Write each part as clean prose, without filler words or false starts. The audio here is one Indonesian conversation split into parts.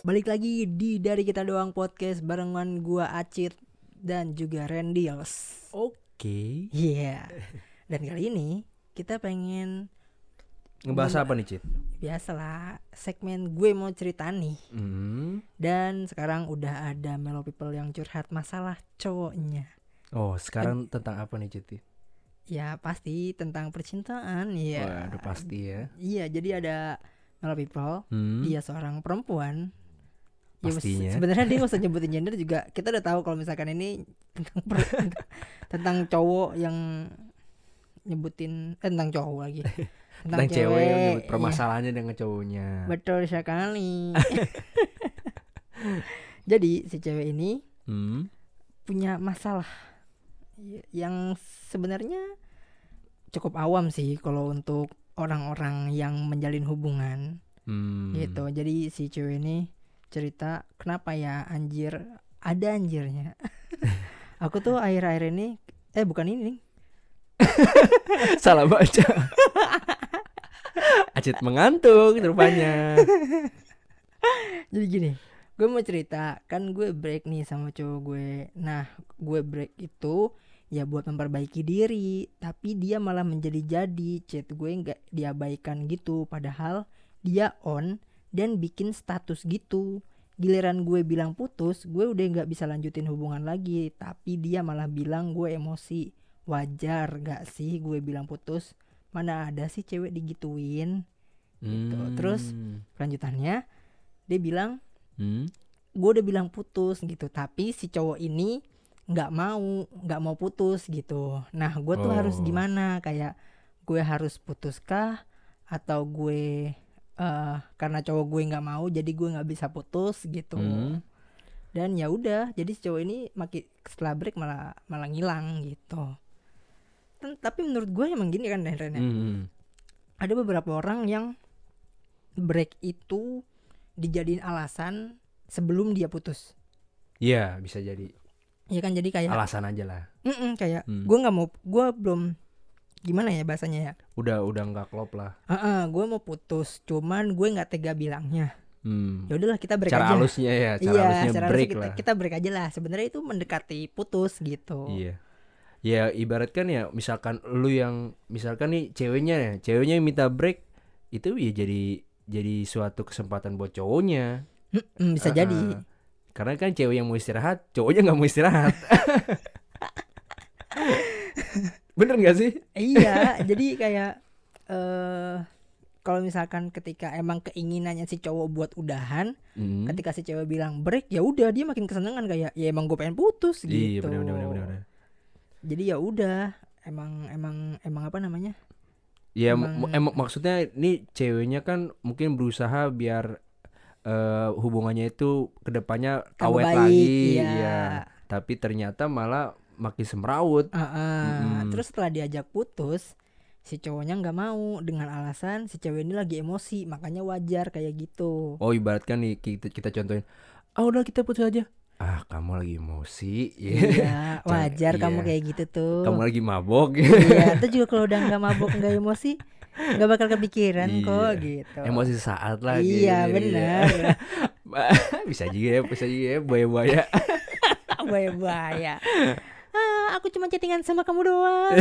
Balik lagi di Dari Kita Doang Podcast barengan gua Acit dan juga Rendiels. Oke. Iya. Dan kali ini kita pengen Ngebahas apa nih, Cit? biasalah segmen gue mau cerita nih. Dan sekarang udah ada Melo People yang curhat masalah cowoknya. Oh, sekarang tentang apa nih, Cit? Ya pasti tentang percintaan ya. Wah, udah pasti ya. Iya, jadi ada Melo People, dia seorang perempuan. Ya, Pastinya. sebenarnya dia nggak usah nyebutin gender juga. Kita udah tahu kalau misalkan ini tentang cowok yang nyebutin tentang cowok lagi. Tentang cewek yang nyebut iya. permasalahannya dengan cowoknya. Betul sekali. Jadi si cewek ini punya masalah yang sebenarnya cukup awam sih kalau untuk orang-orang yang menjalin hubungan gitu. Jadi si cewek ini cerita, kenapa ya ada anjirnya. Aku tuh akhir-akhir ini bukan ini Salah baca. Acit mengantuk rupanya. Jadi gini, gue mau cerita, kan gue break nih sama cowok gue. Nah, gue break itu ya buat memperbaiki diri, tapi dia malah menjadi-jadi. Chat gue nggak diabaikan gitu, padahal dia on dan bikin status gitu. Giliran gue bilang putus, gue udah nggak bisa lanjutin hubungan lagi, tapi dia malah bilang gue emosi. Wajar gak sih gue bilang putus? Mana ada sih cewek digituin gitu. Terus lanjutannya dia bilang gue udah bilang putus gitu, tapi si cowok ini nggak mau putus gitu. Nah gue tuh harus gimana, kayak gue harus putuskah atau gue karena cowok gue nggak mau jadi gue nggak bisa putus gitu. Dan ya udah, jadi si cowok ini makin setelah break malah ngilang gitu. Tapi menurut gue emang gini kan Ren, ada beberapa orang yang break itu dijadiin alasan sebelum dia putus. Iya, bisa jadi. Iya kan, jadi kayak alasan aja lah. Kayak gue belum gimana ya bahasanya ya. Udah nggak klop lah. Gue mau putus, cuman gue nggak tega bilangnya. Ya udahlah kita break cara aja. Halusnya ya, cara break halusnya lah. Kita break aja lah. Sebenarnya itu mendekati putus gitu. Iya. Ya ibaratkan ya, misalkan lu yang misalkan nih ceweknya yang minta break, itu ya jadi suatu kesempatan buat cowoknya. Bisa jadi. Karena kan cewek yang mau istirahat, cowoknya nggak mau istirahat. Bener nggak sih? Iya, jadi kayak kalau misalkan ketika emang keinginannya si cowok buat udahan, ketika si cewek bilang break, ya udah dia makin kesenangan kayak ya emang gue pengen putus gitu. Iya, benar. Jadi ya udah, emang apa namanya? Ya emang maksudnya nih ceweknya kan mungkin berusaha biar hubungannya itu kedepannya awet baik, lagi, iya. Ya. Tapi ternyata malah makin semrawut. Terus setelah diajak putus, si cowoknya nggak mau dengan alasan si cewek ini lagi emosi, makanya wajar kayak gitu. Oh, ibaratkan nih kita contohin, udah kita putus aja. Kamu lagi emosi. Iya, wajar kamu kayak gitu tuh. Kamu lagi mabok. Iya, itu juga kalau udah nggak mabok nggak emosi, nggak bakal kepikiran kok gitu. Emosi saat lah. Iya, benar. bisa juga ya buaya-buaya. Buaya-buaya. Aku cuma chattingan sama kamu doang.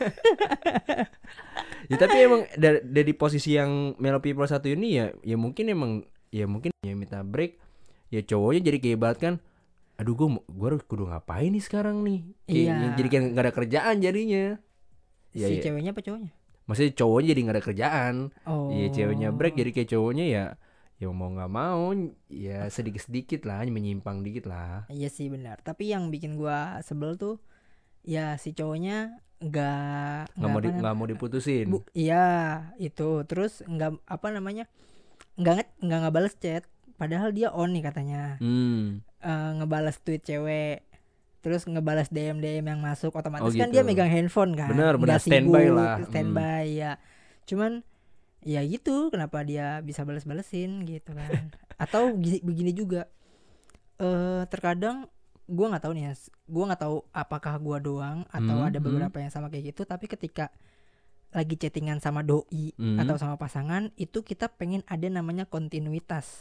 Ya tapi emang dari posisi yang Melo People satu ini ya mungkin ya minta break, ya cowoknya jadi kayak ibaratkan, aduh gue harus kudu ngapain nih sekarang nih. Iya. Jadi kayak nggak ada kerjaan jadinya. Si ceweknya apa cowoknya? Maksudnya cowoknya jadi nggak ada kerjaan. Iya, ceweknya break jadi kayak cowoknya ya mau nggak mau ya sedikit lah, menyimpang dikit lah. Iya sih benar. Tapi yang bikin gua sebel tuh ya si cowoknya nggak mau diputusin. Iya itu. Terus nggak ngebales chat. Padahal dia on nih katanya. Ngebales tweet cewek. Terus ngebales DM yang masuk otomatis kan gitu. Dia megang handphone kan. Benar standby sibuk, lah. Standby ya. Cuman ya gitu, kenapa dia bisa bales-balesin gitu kan. Atau begini juga. Terkadang gue nggak tahu nih ya, gue nggak tahu apakah gue doang atau ada beberapa yang sama kayak gitu. Tapi ketika lagi chattingan sama doi atau sama pasangan, itu kita pengen ada namanya kontinuitas.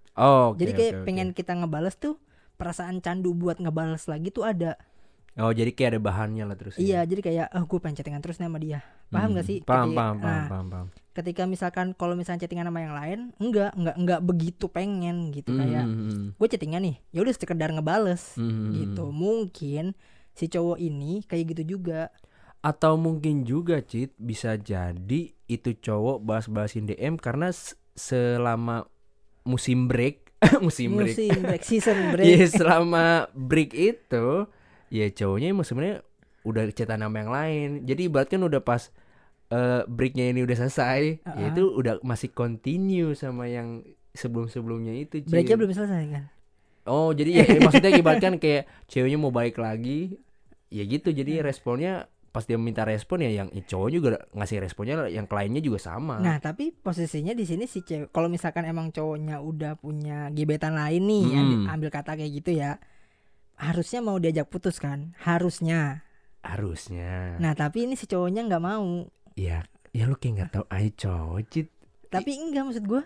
Oh, oke Jadi kayak oke, oke. pengen kita ngebales tuh, perasaan candu buat ngebales lagi tuh ada. Oh, jadi kayak ada bahannya lah terus Iya, ya. jadi kayak gue pengen chattingan terus nih sama dia. Paham gak sih? Paham, Ketika, paham, paham, nah, paham. ketika misalkan kalau misalnya chattingan sama yang lain, enggak begitu pengen gitu. Kayak Hmm. gue chattingan nih, ya udah sekedar ngebales Hmm. gitu. Mungkin si cowok ini kayak gitu juga. Atau mungkin juga Cit, bisa jadi itu cowok balas-balasin DM karena selama musim break musim break. Musim break, season break. Iya, selama break itu ya cowoknya emang sebenarnya udah chatan sama yang lain. Jadi ibarat kan udah pas breaknya ini udah selesai, ya itu udah masih continue sama yang sebelum-sebelumnya itu, Cit. Breaknya belum selesai kan? Oh, jadi ya maksudnya ibaratkan kayak ceweknya mau baik lagi, ya gitu. Jadi responnya pas dia minta respon ya yang cowok juga ngasih responnya yang kliennya juga sama. Nah, tapi posisinya di sini si cewek, kalau misalkan emang cowoknya udah punya gebetan lain nih, ambil kata kayak gitu ya, harusnya mau diajak putus kan? Harusnya. Nah, tapi ini si cowoknya nggak mau. Ya lu kayak nggak tahu aja cowok, Cit. Tapi enggak, maksud gue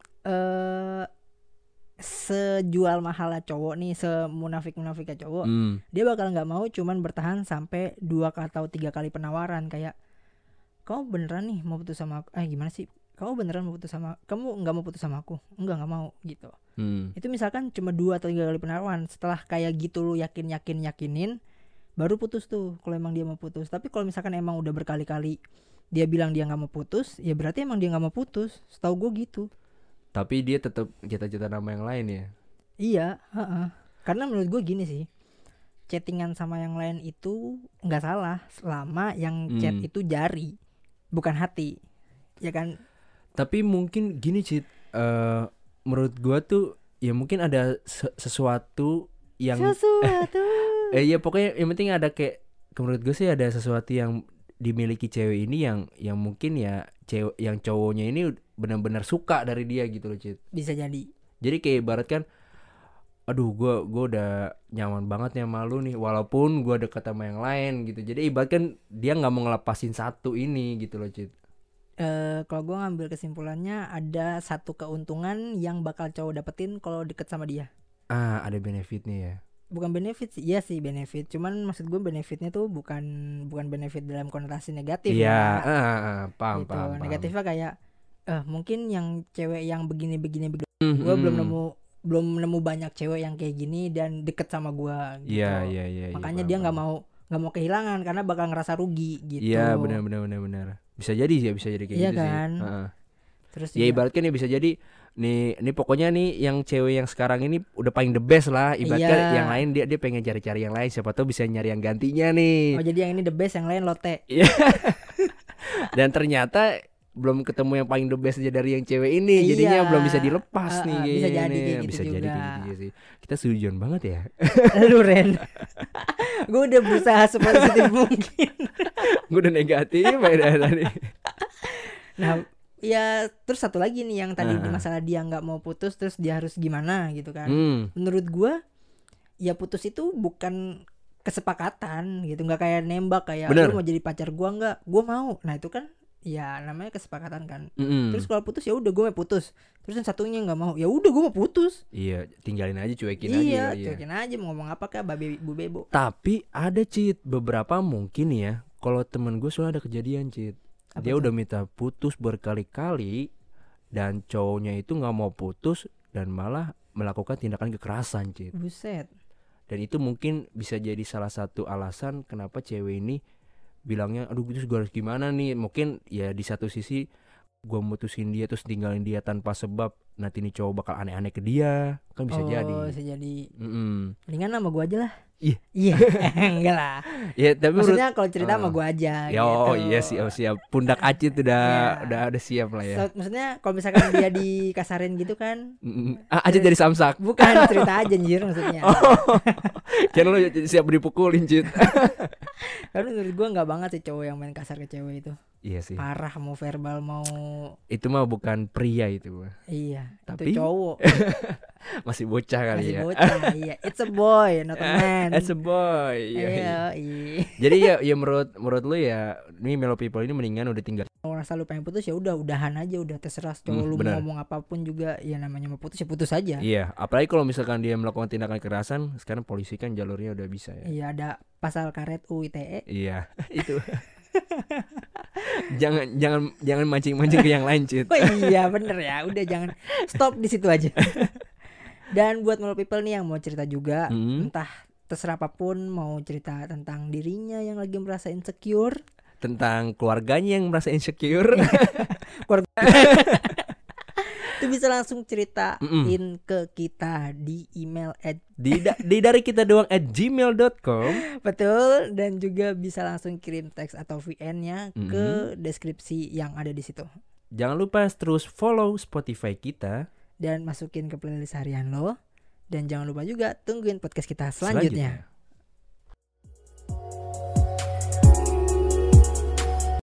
sejual mahalnya cowok nih, semunafik-munafiknya cowok, dia bakal nggak mau cuman bertahan sampai 2 atau 3 kali penawaran. Kayak, kamu beneran nih mau putus sama aku? Gimana sih? Kamu beneran mau putus sama? Kamu nggak mau putus sama aku? Nggak mau gitu. Itu misalkan cuma 2 atau 3 kali penawaran. Setelah kayak gitu lu yakinin, baru putus tuh kalau emang dia mau putus. Tapi kalau misalkan emang udah berkali-kali dia bilang dia nggak mau putus, ya berarti emang dia nggak mau putus. Setahu gue gitu. Tapi dia tetap jatah-jatah nama yang lain ya. Iya, karena menurut gue gini sih, chattingan sama yang lain itu nggak salah selama yang chat itu jari, bukan hati, ya kan? Tapi mungkin gini, Cit, menurut gua tuh ya mungkin ada sesuatu yang ya pokoknya yang penting ada kayak, menurut gue sih ada sesuatu yang dimiliki cewek ini yang mungkin ya cewek yang cowoknya ini benar-benar suka dari dia gitu loh, Cit. Bisa jadi. Jadi kayak ibarat kan, aduh gua udah nyaman banget nih sama lu nih walaupun gua dekat sama yang lain gitu. Jadi ibarat kan dia nggak mau ngelepasin satu ini gitu loh, Cit. Kalau gue ngambil kesimpulannya, ada satu keuntungan yang bakal cowok dapetin kalau deket sama dia. Ada benefitnya ya. Bukan benefit sih, iya sih benefit. Cuman maksud gue benefitnya tuh bukan benefit dalam konotasi negatif ya. Paham. Paham. Negatifnya kayak mungkin yang cewek yang begini. Gue belum nemu banyak cewek yang kayak gini dan deket sama gue gitu. Iya. Makanya dia nggak mau kehilangan karena bakal ngerasa rugi gitu. Iya, benar. Bisa jadi kayak iya gitu kan? sih. Terus ya ibaratkan ya bisa jadi nih pokoknya nih yang cewek yang sekarang ini udah paling the best lah. Ibaratkan yang lain dia pengen cari-cari yang lain, siapa tahu bisa nyari yang gantinya nih. Oh, jadi yang ini the best, yang lain lote. Iya. Dan ternyata belum ketemu yang paling the best aja dari yang cewek ini, jadinya belum bisa dilepas nih. Bisa jadi kayak gitu bisa juga. Jadi kayak gitu sih. Kita setujuan banget ya. Lu Ren. Gue udah berusaha sepositif mungkin. Gue udah negatif dari tadi. Nah, ya terus satu lagi nih yang tadi masalah dia nggak mau putus, terus dia harus gimana gitu kan. Menurut gue ya putus itu bukan kesepakatan gitu, nggak kayak nembak kayak lu mau jadi pacar gue nggak, gue mau. Nah itu kan ya namanya kesepakatan kan. Terus kalau putus ya udah gue mau putus, terus yang satunya nggak mau, ya udah gue mau putus. Iya, tinggalin aja, cuekin aja. Iya, cuekin aja, mau ngomong apa kah babe bu bebo. Tapi ada, Cit, beberapa mungkin ya, kalau temen gue soalnya ada kejadian, Cit. Dia udah minta putus berkali-kali dan cowoknya itu nggak mau putus dan malah melakukan tindakan kekerasan, Cit. Buset. Dan itu mungkin bisa jadi salah satu alasan kenapa cewek ini bilangnya, aduh terus gue harus gimana nih. Mungkin ya di satu sisi gue mutusin dia terus tinggalin dia tanpa sebab, nanti nih cowok bakal aneh-aneh ke dia, kan bisa jadi. Bisa jadi. Mendingan sama gue aja lah. Iya. Enggak lah. Ya tapi maksudnya kalau cerita sama gue aja. Oh iya siap. Pundak Acit udah siap lah ya. Maksudnya kalau misalkan dia dikasarin gitu kan. Acit jadi samsak. Bukan, cerita aja anjir maksudnya. Kan lo siap dipukulin, Cit. Karena menurut gue nggak banget sih cowok yang main kasar ke cewek itu. Iya sih. Parah, mau verbal mau Itu mah bukan pria itu. iya, Tapi itu cowok. masih bocah kali Masih ya. bocah, iya. It's a boy, not a man. As a boy. Iya, iya. Iya. Jadi ya menurut lu ya, nih Melo People ini mendingan udah tinggal. Orang selalu pengen putus ya udah udahan aja, udah terserah cowok lu benar. mau ngomong apapun juga ya, namanya mau putus ya putus aja. Iya, apalagi kalau misalkan dia melakukan tindakan kekerasan, sekarang polisi kan jalurnya udah bisa ya. Iya, ada pasal karet UU ITE. Iya, itu. jangan mancing-mancing ke yang lain, Cid. Oh iya bener ya, udah jangan stop di situ aja. Dan buat Melo People nih yang mau cerita juga, entah terserah apapun, mau cerita tentang dirinya yang lagi merasa insecure, Tentang keluarganya yang merasa insecure. itu bisa langsung ceritain ke kita di email di dari kita doang @gmail.com. betul, dan juga bisa langsung kirim teks atau VN-nya ke deskripsi yang ada di situ. Jangan lupa terus follow Spotify kita Dan masukin ke playlist harian lo. Dan jangan lupa juga tungguin podcast kita selanjutnya.